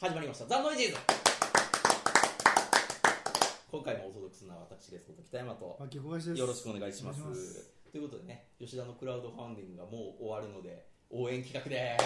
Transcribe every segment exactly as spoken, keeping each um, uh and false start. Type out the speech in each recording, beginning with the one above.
始まりましたザ・ノイジーズ。今回もオーソドックスな私ですこと北山と秋小林です。 よろしくお願いします。 お願いしますということでね、吉田のクラウドファンディングがもう終わるので応援企画です。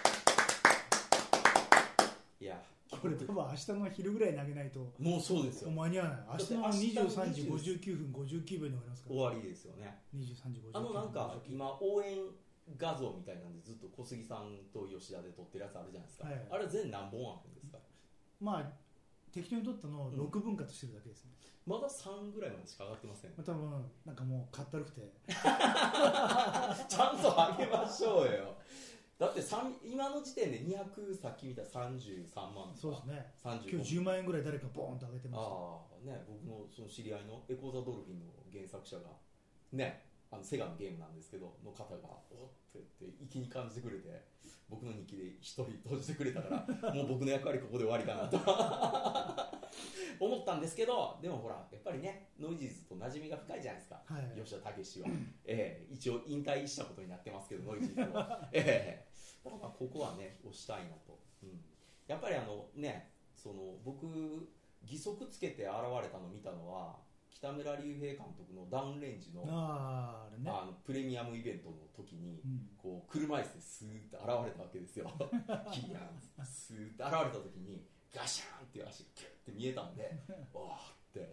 いやこれ多分明日の昼ぐらい投げないともうそうですよ、 間に合わない。明日のにじゅうさんじごじゅうきゅうふんごじゅうきゅうびょうに終わりますから終わりですよね。 にじゅうさんじごじゅうきゅうふんあのなんか今応援画像みたいなんでずっと小杉さんと吉田で撮ってるやつあるじゃないですか、はい、あれ全何本あるんですか？ まあ適当に撮ったのをろくぶん割としてるだけですね、 うん、まださんぐらいまでしか上がってません、 まあ、多分なんかもうかったるくてちゃんと上げましょうよ。だって今の時点でにひゃく、さっき見たらさんじゅうさんまんとか。 そうですね。 さんじゅうご今日じゅうまんえんぐらい誰かボーンと上げてました。 ああね、僕のその知り合いのエコーザドルフィンの原作者がね、あのセガのゲームなんですけどの方がおって言って粋に感じてくれて、僕の日記で一人閉じてくれたからもう僕の役割ここで終わりかなと思ったんですけど、でもほらやっぱりねノイジーズと馴染みが深いじゃないですか、はい、吉田武は、えー、一応引退したことになってますけどノイジーズは、えー、だからここはね押したいなと、うん、やっぱりあのね、その僕義足つけて現れたの見たのは北村隆平監督のダウンレンジの、 あ, あ, ね、あのプレミアムイベントの時に、うん、こう車椅子でスーッと現れたわけですよキーヤンスーッと現れた時にガシャーンっていう足がキュッて見えたんでわーって、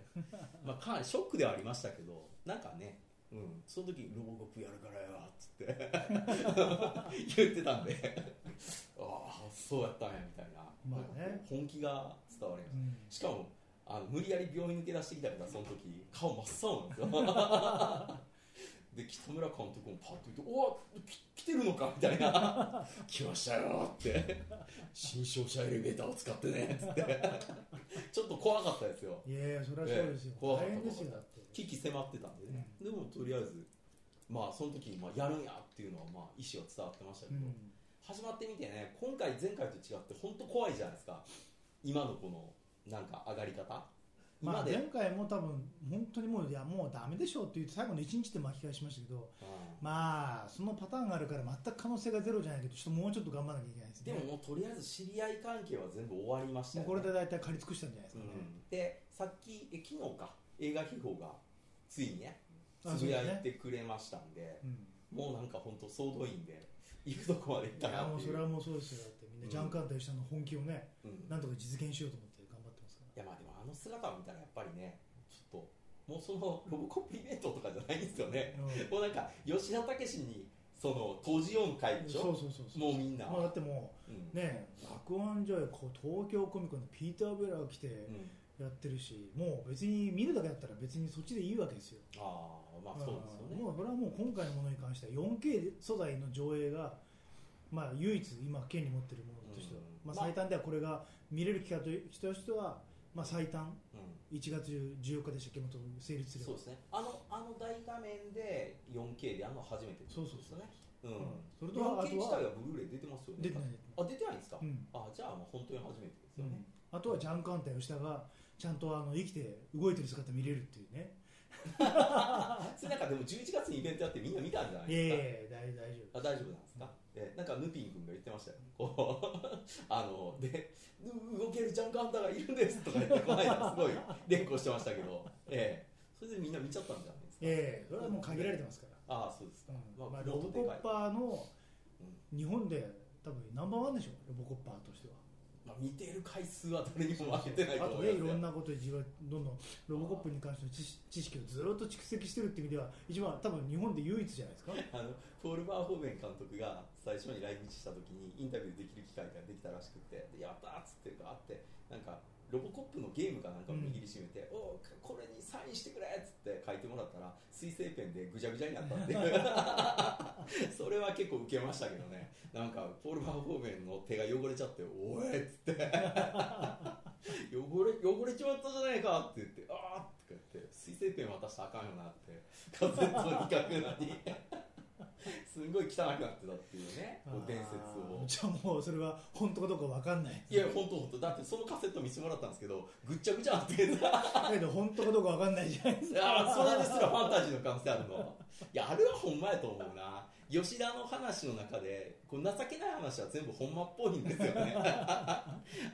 まあ、かなりショックではありましたけど、なんかね、うん、その時ロボコップやるからよっつって言ってたんでああそうやったんやみたいな、まあね、本気が伝わります、うん、しかもあの無理やり病院抜け出してきたからその時顔真っ青なんですよで北村監督もパッと言っておわ来てるのかみたいな来ましたよって新商社エレベーターを使ってねっつってちょっと怖かったですよ。 いやいやそれはそうですよ、えー、怖かった大変ですよ。だって危機迫ってたんでね、うん、でもとりあえずまあその時にまあやるんやっていうのはまあ意思は伝わってましたけど、うん、始まってみてね、今回前回と違って本当怖いじゃないですか、今のこのなんか上がり方。 まあ、前回も多分本当にもういやもうダメでしょうって言って最後のいちにちで巻き返しましたけど、うん、まあそのパターンがあるから全く可能性がゼロじゃないけどちょっともうちょっと頑張らなきゃいけないですね。 でももうとりあえず知り合い関係は全部終わりましたよね。 もうこれで大体借り尽くしたんじゃないですかね、 うん、でさっきえ昨日か映画秘宝がついにねつぶやいてくれましたんで、で、ねうん、もうなんか本当総動員で行くとこまで行ったなっていう。 いやもうそれはもうそうですよ。だってみんなジャンカンタ吉田の本気をね、うん、なんとか実現しようと思って頑張ってますから。 いやまあでもあの姿を見たらやっぱりねちょっともうそのロボコップイベントとかじゃないんですよね、うん、もうなんか吉田武にその当時よんかいでしょ。そうそうそうそう、もうみんな、 まあ、だってもう、うん、ね爆音上映東京コミコンのピーター・ベラーが来てやってるし、うん、もう別に見るだけだったら別にそっちでいいわけですよ。 ああまあそうですよね。 もうこれはもう今回のものに関しては よんケー 素材の上映がまあ唯一今権利持ってるものとしては、うんまあ、最短ではこれが見れる機会としてはまあ、最短、うん、いちがつじゅうよっかでしたっけ、もと成立すれば。 そうですね、あの、あの大画面で よんケー でやるのは初めてですね。 そうそうそう、 うんうん、 それとよんケー 自体はブルーレイ出てますよね。 出てない。 あ、出てないんですか、うん、あ、じゃあもう本当に初めてですよね、 うん、あとはジャンカンタ吉田がちゃんとあの生きて動いてる姿見れるっていうねそれなんかでもじゅういちがつにイベントやってみんな見たんじゃないですか。 いやいや大丈夫。 あ、大丈夫なんですか、うん、えなんかヌピン君が言ってましたよこうあので動けるジャンカンタがいるんですとか言ってこの間すごい連呼してましたけど、えー、それでみんな見ちゃったんじゃないですか。 ええー、それはもう限られてますから。 ああそうですか、うんまあ、ロボコッパーの日本で多分ナンバーワンでしょロボコッパーとしては。 まあ、見てる回数は誰にも負けてないと思います。 あとね、いろんなことで自分はどんどんロボコップに関しての知識をずっと蓄積してるっていう意味では一番多分日本で唯一じゃないですか。 あのポール・バーホーベン監督が最初に来日した時にインタビューできる機会ができたらしくて、でやったーっつってがあってなんかロボコップのゲームかなんかを握りしめて、うん、おこれにサインしてくれっつって書いてもらったら水性ペンでぐちゃぐちゃになったっていうそれは結構ウケましたけどね。なんかポール・バーホーベンの手が汚れちゃっておいっつって汚れ汚れちまったじゃないかって言ってあーって言って水性ペン渡したらあかんよなってカセットに書くのにすんごい汚くなってたっていうね、こう伝説を。 じゃあもうそれは本当かどうか分かんない。 いや本当本当だってそのカセット見せてもらったんですけどぐっちゃぐちゃなってだけど本当かどうか分かんないじゃないですか。 いやそれですらファンタジーの可能性あるの。いやあれはほんまやと思うな。吉田の話の中でこう情けない話は全部ほんまっぽいんですよね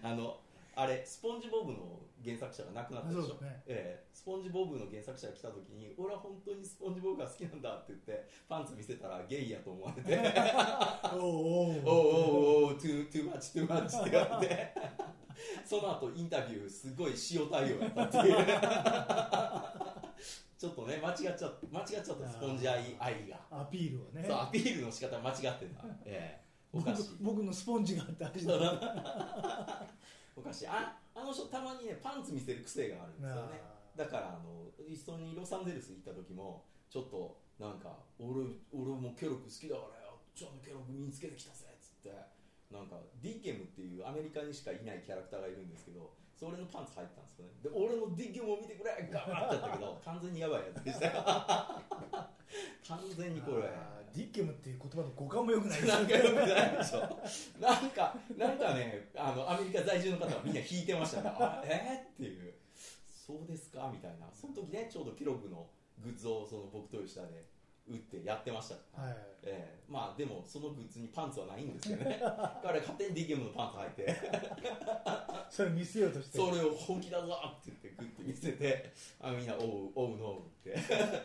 あのあれスポンジボブの原作者が亡くなったでしょ、 ねええ、スポンジボブの原作者が来た時に俺は本当にスポンジボブが好きなんだって言ってパンツ見せたらゲイやと思われておおおおうおうおうトゥーマッチトゥーマッチって言われてその後インタビューすごい塩対応やったっていうちょっとね間違っちゃった間違っちゃったスポンジ愛愛がアピールをねそうアピールの仕方間違ってた、ええ、おかしい僕のスポンジがあって話だおかしい あ, あの人たまにねパンツ見せる癖があるんですよね。だからあの一緒にロサンゼルス行った時もちょっとなんか 俺, 俺もケロック好きだからよちょっとケロック身につけてきたぜっつってなんかディッゲムっていうアメリカにしかいないキャラクターがいるんですけどそれのパンツ入ってたんですよね。で俺のディッゲムを見てくれガーってやったけど完全にやばいやつでした完全にこれディッゲムっていう言葉の語感も良くないなんか良くないでしょなんかなんかねあのアメリカ在住の方はみんな引いてましたねあえー、っていうそうですかみたいな。その時ねちょうどケロッグのグッズをその僕と吉田で売ってやってました、 はいえー、まあでもそのグッズにパンツはないんですけどね彼勝手に ディーゲームのパンツ履いてそれ見せようとしてそれを本気だぞって言ってグッて見せてあみんなおうおうのうって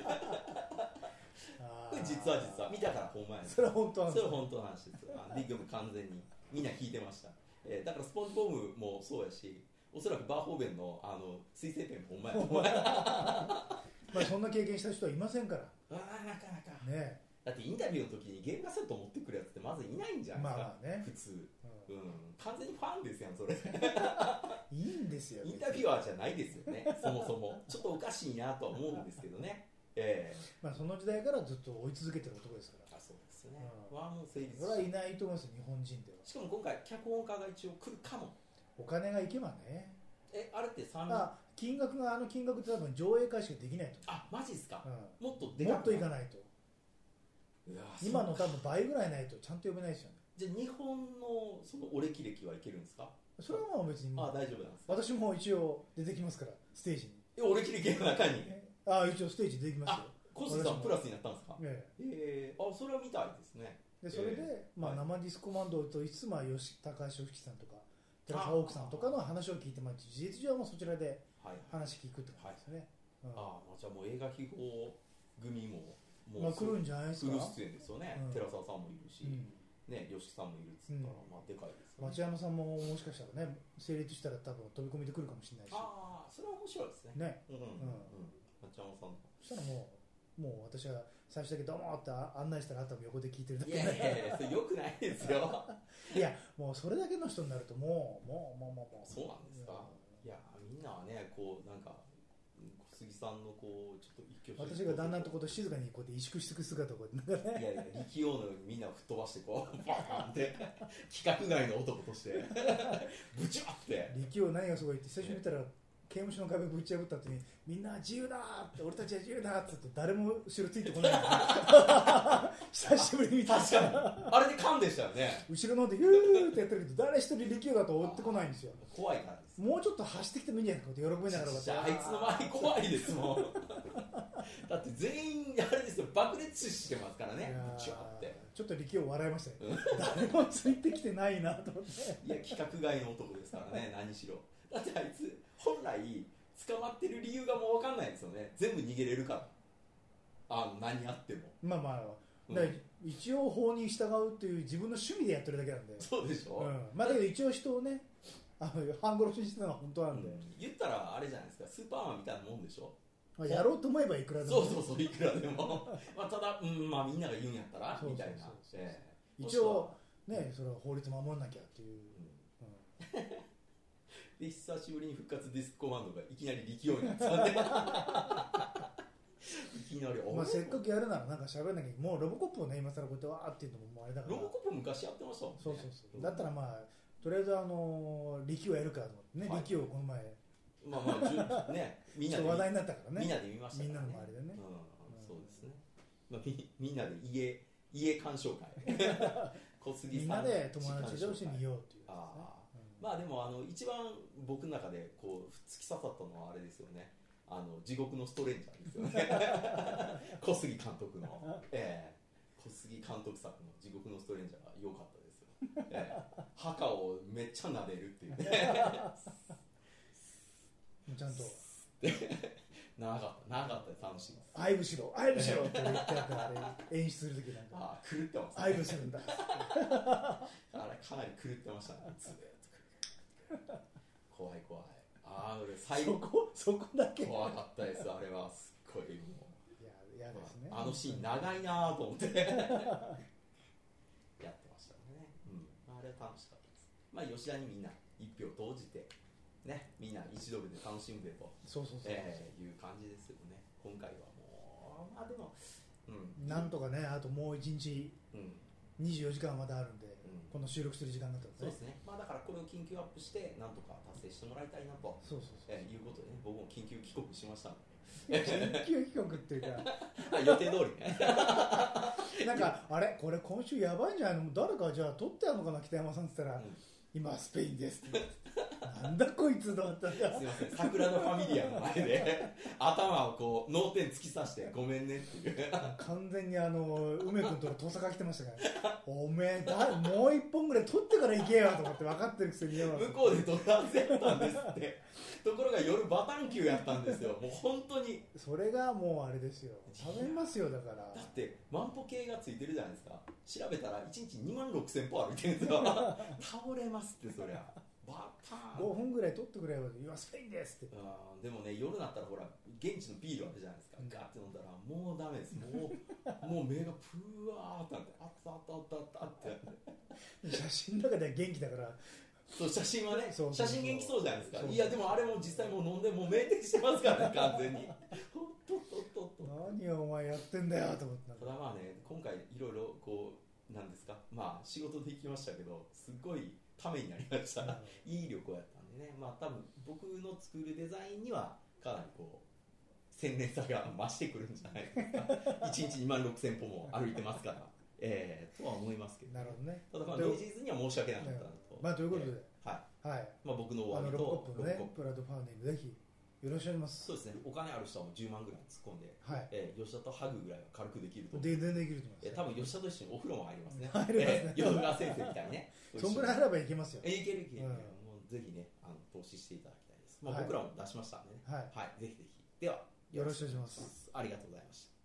これ実は実は見たからほんまやねそれは本当なんですそれは本当の話ですよ。ディーゲーム完全にみんな引いてました、えー、だからスポンジボムもそうやしおそらくバーホーベン の, あの水性ペンもほんまやと思うまあそんな経験した人はいませんからあなかなか、 ね、 だってインタビューの時にゲームカセット持ってくるやつってまずいないんじゃないですか、 まあまあね、 普通、 うんうん、完全にファンですやんそれいいんですよインタビュアーじゃないですよねそもそもちょっとおかしいなとは思うんですけどね、えーまあ、その時代からずっと追い続けてる男ですから。 あそうですね、 うん、 はもう成立それはいないと思います日本人では。 しかも今回脚本家が一応来るかも。 お金がいけばね。 えあれってさんあ金額があの金額って多分上映会しかできないと。 あマジですか、 うん、 もっとでかくもっといかないと。 いや今の多分倍ぐらいないとちゃんと呼べないですよね。 じゃあ日本のそのお歴歴はいけるんですか。 それはもう別にあ大丈夫なんですか。 私も一応出てきますからステージに。 えお歴歴の中にあ一応ステージ出てきますよ。 コスさんプラスになったんですか。 ええー、あそれは見たいですね。 でそれで、 えーまあ、 はい生ディスコマンドといつつ、まあ、吉高橋吹さんとか寺川奥さんとかの話を聞いて、まあ、事実上はもうそちらで話聞くって感じですね、はいうん、 あじゃあもう映画秘宝組ももう、 まあ、来るんじゃないですか。 フル出演ですよね、 うん、 寺澤さんもいるし、 うんね、吉木さんもいるっつったら、うん、まあでかいですよね。 町山さんももしかしたらね成立したら多分飛び込みで来るかもしれないし。 ああそれは面白いですね。 ね、 うんうんうん、町山さんそしたらもうもう私は最初だけどうもって案内したらあとは横で聞いてるだけ。 いやいやいやそれよくないですよいやもうそれだけの人になるともうもうもうもうもうそうなんですか。いやみんなはねこうなんか小杉さんのこうちょっと一挙手私がだんだんとこう静かにこうやって萎縮していく姿をこうやっていやいや力王のようにみんなを吹っ飛ばしてこうバーンって規格外の男としてブチャって力王何がすごいって久しぶりに見たら刑務所の壁ぶち破った後にみんな自由だって俺たちは自由だって言って誰も後ろついてこない久しぶりに見た。 確かにあれで勘でしたよね。 後ろの方でユーってやってるけど誰一人力王だと追ってこないんですよ。 怖いからです。 もうちょっと走ってきてもいいんじゃないかって喜びながらじゃああいつの周り怖いですもんだって全員あれですよ爆裂してますからね。ちょってちょっと力王笑いましたよ誰もついてきてないなと思っていや規格外の男ですからね何しろ。だってあいつ本来捕まってる理由がもう分かんないですよね。全部逃げれるからあの何やってもまあまあ、うん、だ一応法に従うっていう自分の趣味でやってるだけなんで。 そうでしょ、 うん、まあだけど一応人をねあの半殺しにしてたのは本当なんで、うん、 言ったらあれじゃないですかスーパーマンみたいなもんでしょ。 まあ、やろうと思えばいくらでも、 そうそうそういくらでもまあただ、うんまあ、みんなが言うんやったらみたいな。 一応ねそれは法律守んなきゃっていう、うんうんで久しぶりに復活ディスコマンドがいきなり力王になってたんでいきなりまあせっかくやるならなんか喋んなきゃもうロボコップをね今更こうやってわーっていうのももうあれだから。 ロボコップ昔やってましたもんね。 そうそうそうだったらまあとりあえずあの力王やるかと思ってね、はい、力王この前まあまあねみんなで話題になったからねみんなで見ましたからね。 みんなの周りでね、 うんうん、そうですね、まあ、み, みんなで家家鑑賞会小杉さんみんなで友達同士見ようっていう、ね、 あまあでもあの一番僕の中でこう突き刺さったのはあれですよね。あの地獄のストレンジャーですよね小杉監督の、えー、小杉監督作の地獄のストレンジャーが良かったですよ。 えー、墓をめっちゃ撫でるっていうねちゃんと長かった長かったで楽しいです。 愛撫しろ愛撫しろって言ってあれ演出するときなんかあ狂ってます、ね、 愛撫するんだあれかなり狂ってましたねずっと怖い怖い。ああ俺最後そこそこだけ怖かったです。あれはすっごいもういや嫌ですね、 あのシーン長いなと思ってやってましたね、うん、あれは楽しかったです。まあ吉田にみんな一票投じてね、みんないちドルで楽しむでとそうそうそう、 えー、いう感じですよね今回は。もうまあでも、 うん、なんとかねあともういちにち、うん、にじゅうよじかんまだあるんで、うん、この収録してる時間だったんで、 ね、そうですね、まあ、だからこれを緊急アップしてなんとか達成してもらいたいなとそうそうそう、 えー、いうことでね僕も緊急帰国しましたので緊急帰国っていうか予定通りねなんかあれこれ今週やばいんじゃないの誰かじゃあ取ってやるのかな北山さんって言ったら、うん、今スペインですってなんだこいつだったんだすいません桜のファミリアの前で頭をこう脳天突き刺してごめんねっていう完全にあの梅君との遠さが来てましたからおめえだもう一本ぐらい取ってから行けよと思って分かってるくせに向こうで取らせやったんですってところが夜バタンキューやったんですよもう本当にそれがもうあれですよ食べますよだからだって万歩計がついてるじゃないですか調べたらいちにちにまんろくせん歩歩いてるんですよ倒れますってそりゃバターンごふんぐらい取ってくれよ今スペインですってあでもね夜になったらほら現地のビールあるじゃないですか、うん、ガーって飲んだらもうダメですもうもう目がプワーってなってあったあったあったあったって写真の中では元気だからそう写真はねそうそうそう写真元気そうじゃないですか。いやでもあれも実際もう飲んでもう酩酊してますからね完全にほっとっとっとっと何をお前やってんだよと思ってただまあね今回いろいろこうなんですかまあ仕事で行きましたけどすごいためになりました、うん、いい旅行やったんでねまあ多分僕の作るデザインにはかなりこう洗練さが増してくるんじゃないですかいちにちにまんろくせん歩も歩いてますからえー、とは思いますけど、ね、 なるほどね。 ただまあノイジーズには申し訳なかったなと、 まあということで、 えー、はい、 はい、 まあ僕のお詫びとロボコップのねプラットファンディングぜひよろしくお願いします。 そうですね。お金ある人はもうじゅうまんぐらい突っ込んで、 はい、 えー、吉田とハグぐらいは軽くできると思う。 全然できると思います。 えー、多分吉田と一緒にお風呂も入りますね。 入りますね。 淀川先生みたいにね。 そんぐらいあればいけますよ。 えー、いけるいける、うん、もうぜひねあの投資していただきたいです。まあ、僕らも出しましたんでね。はい、はい、ぜひぜひ。ではよろしくお願いします。 ありがとうございました。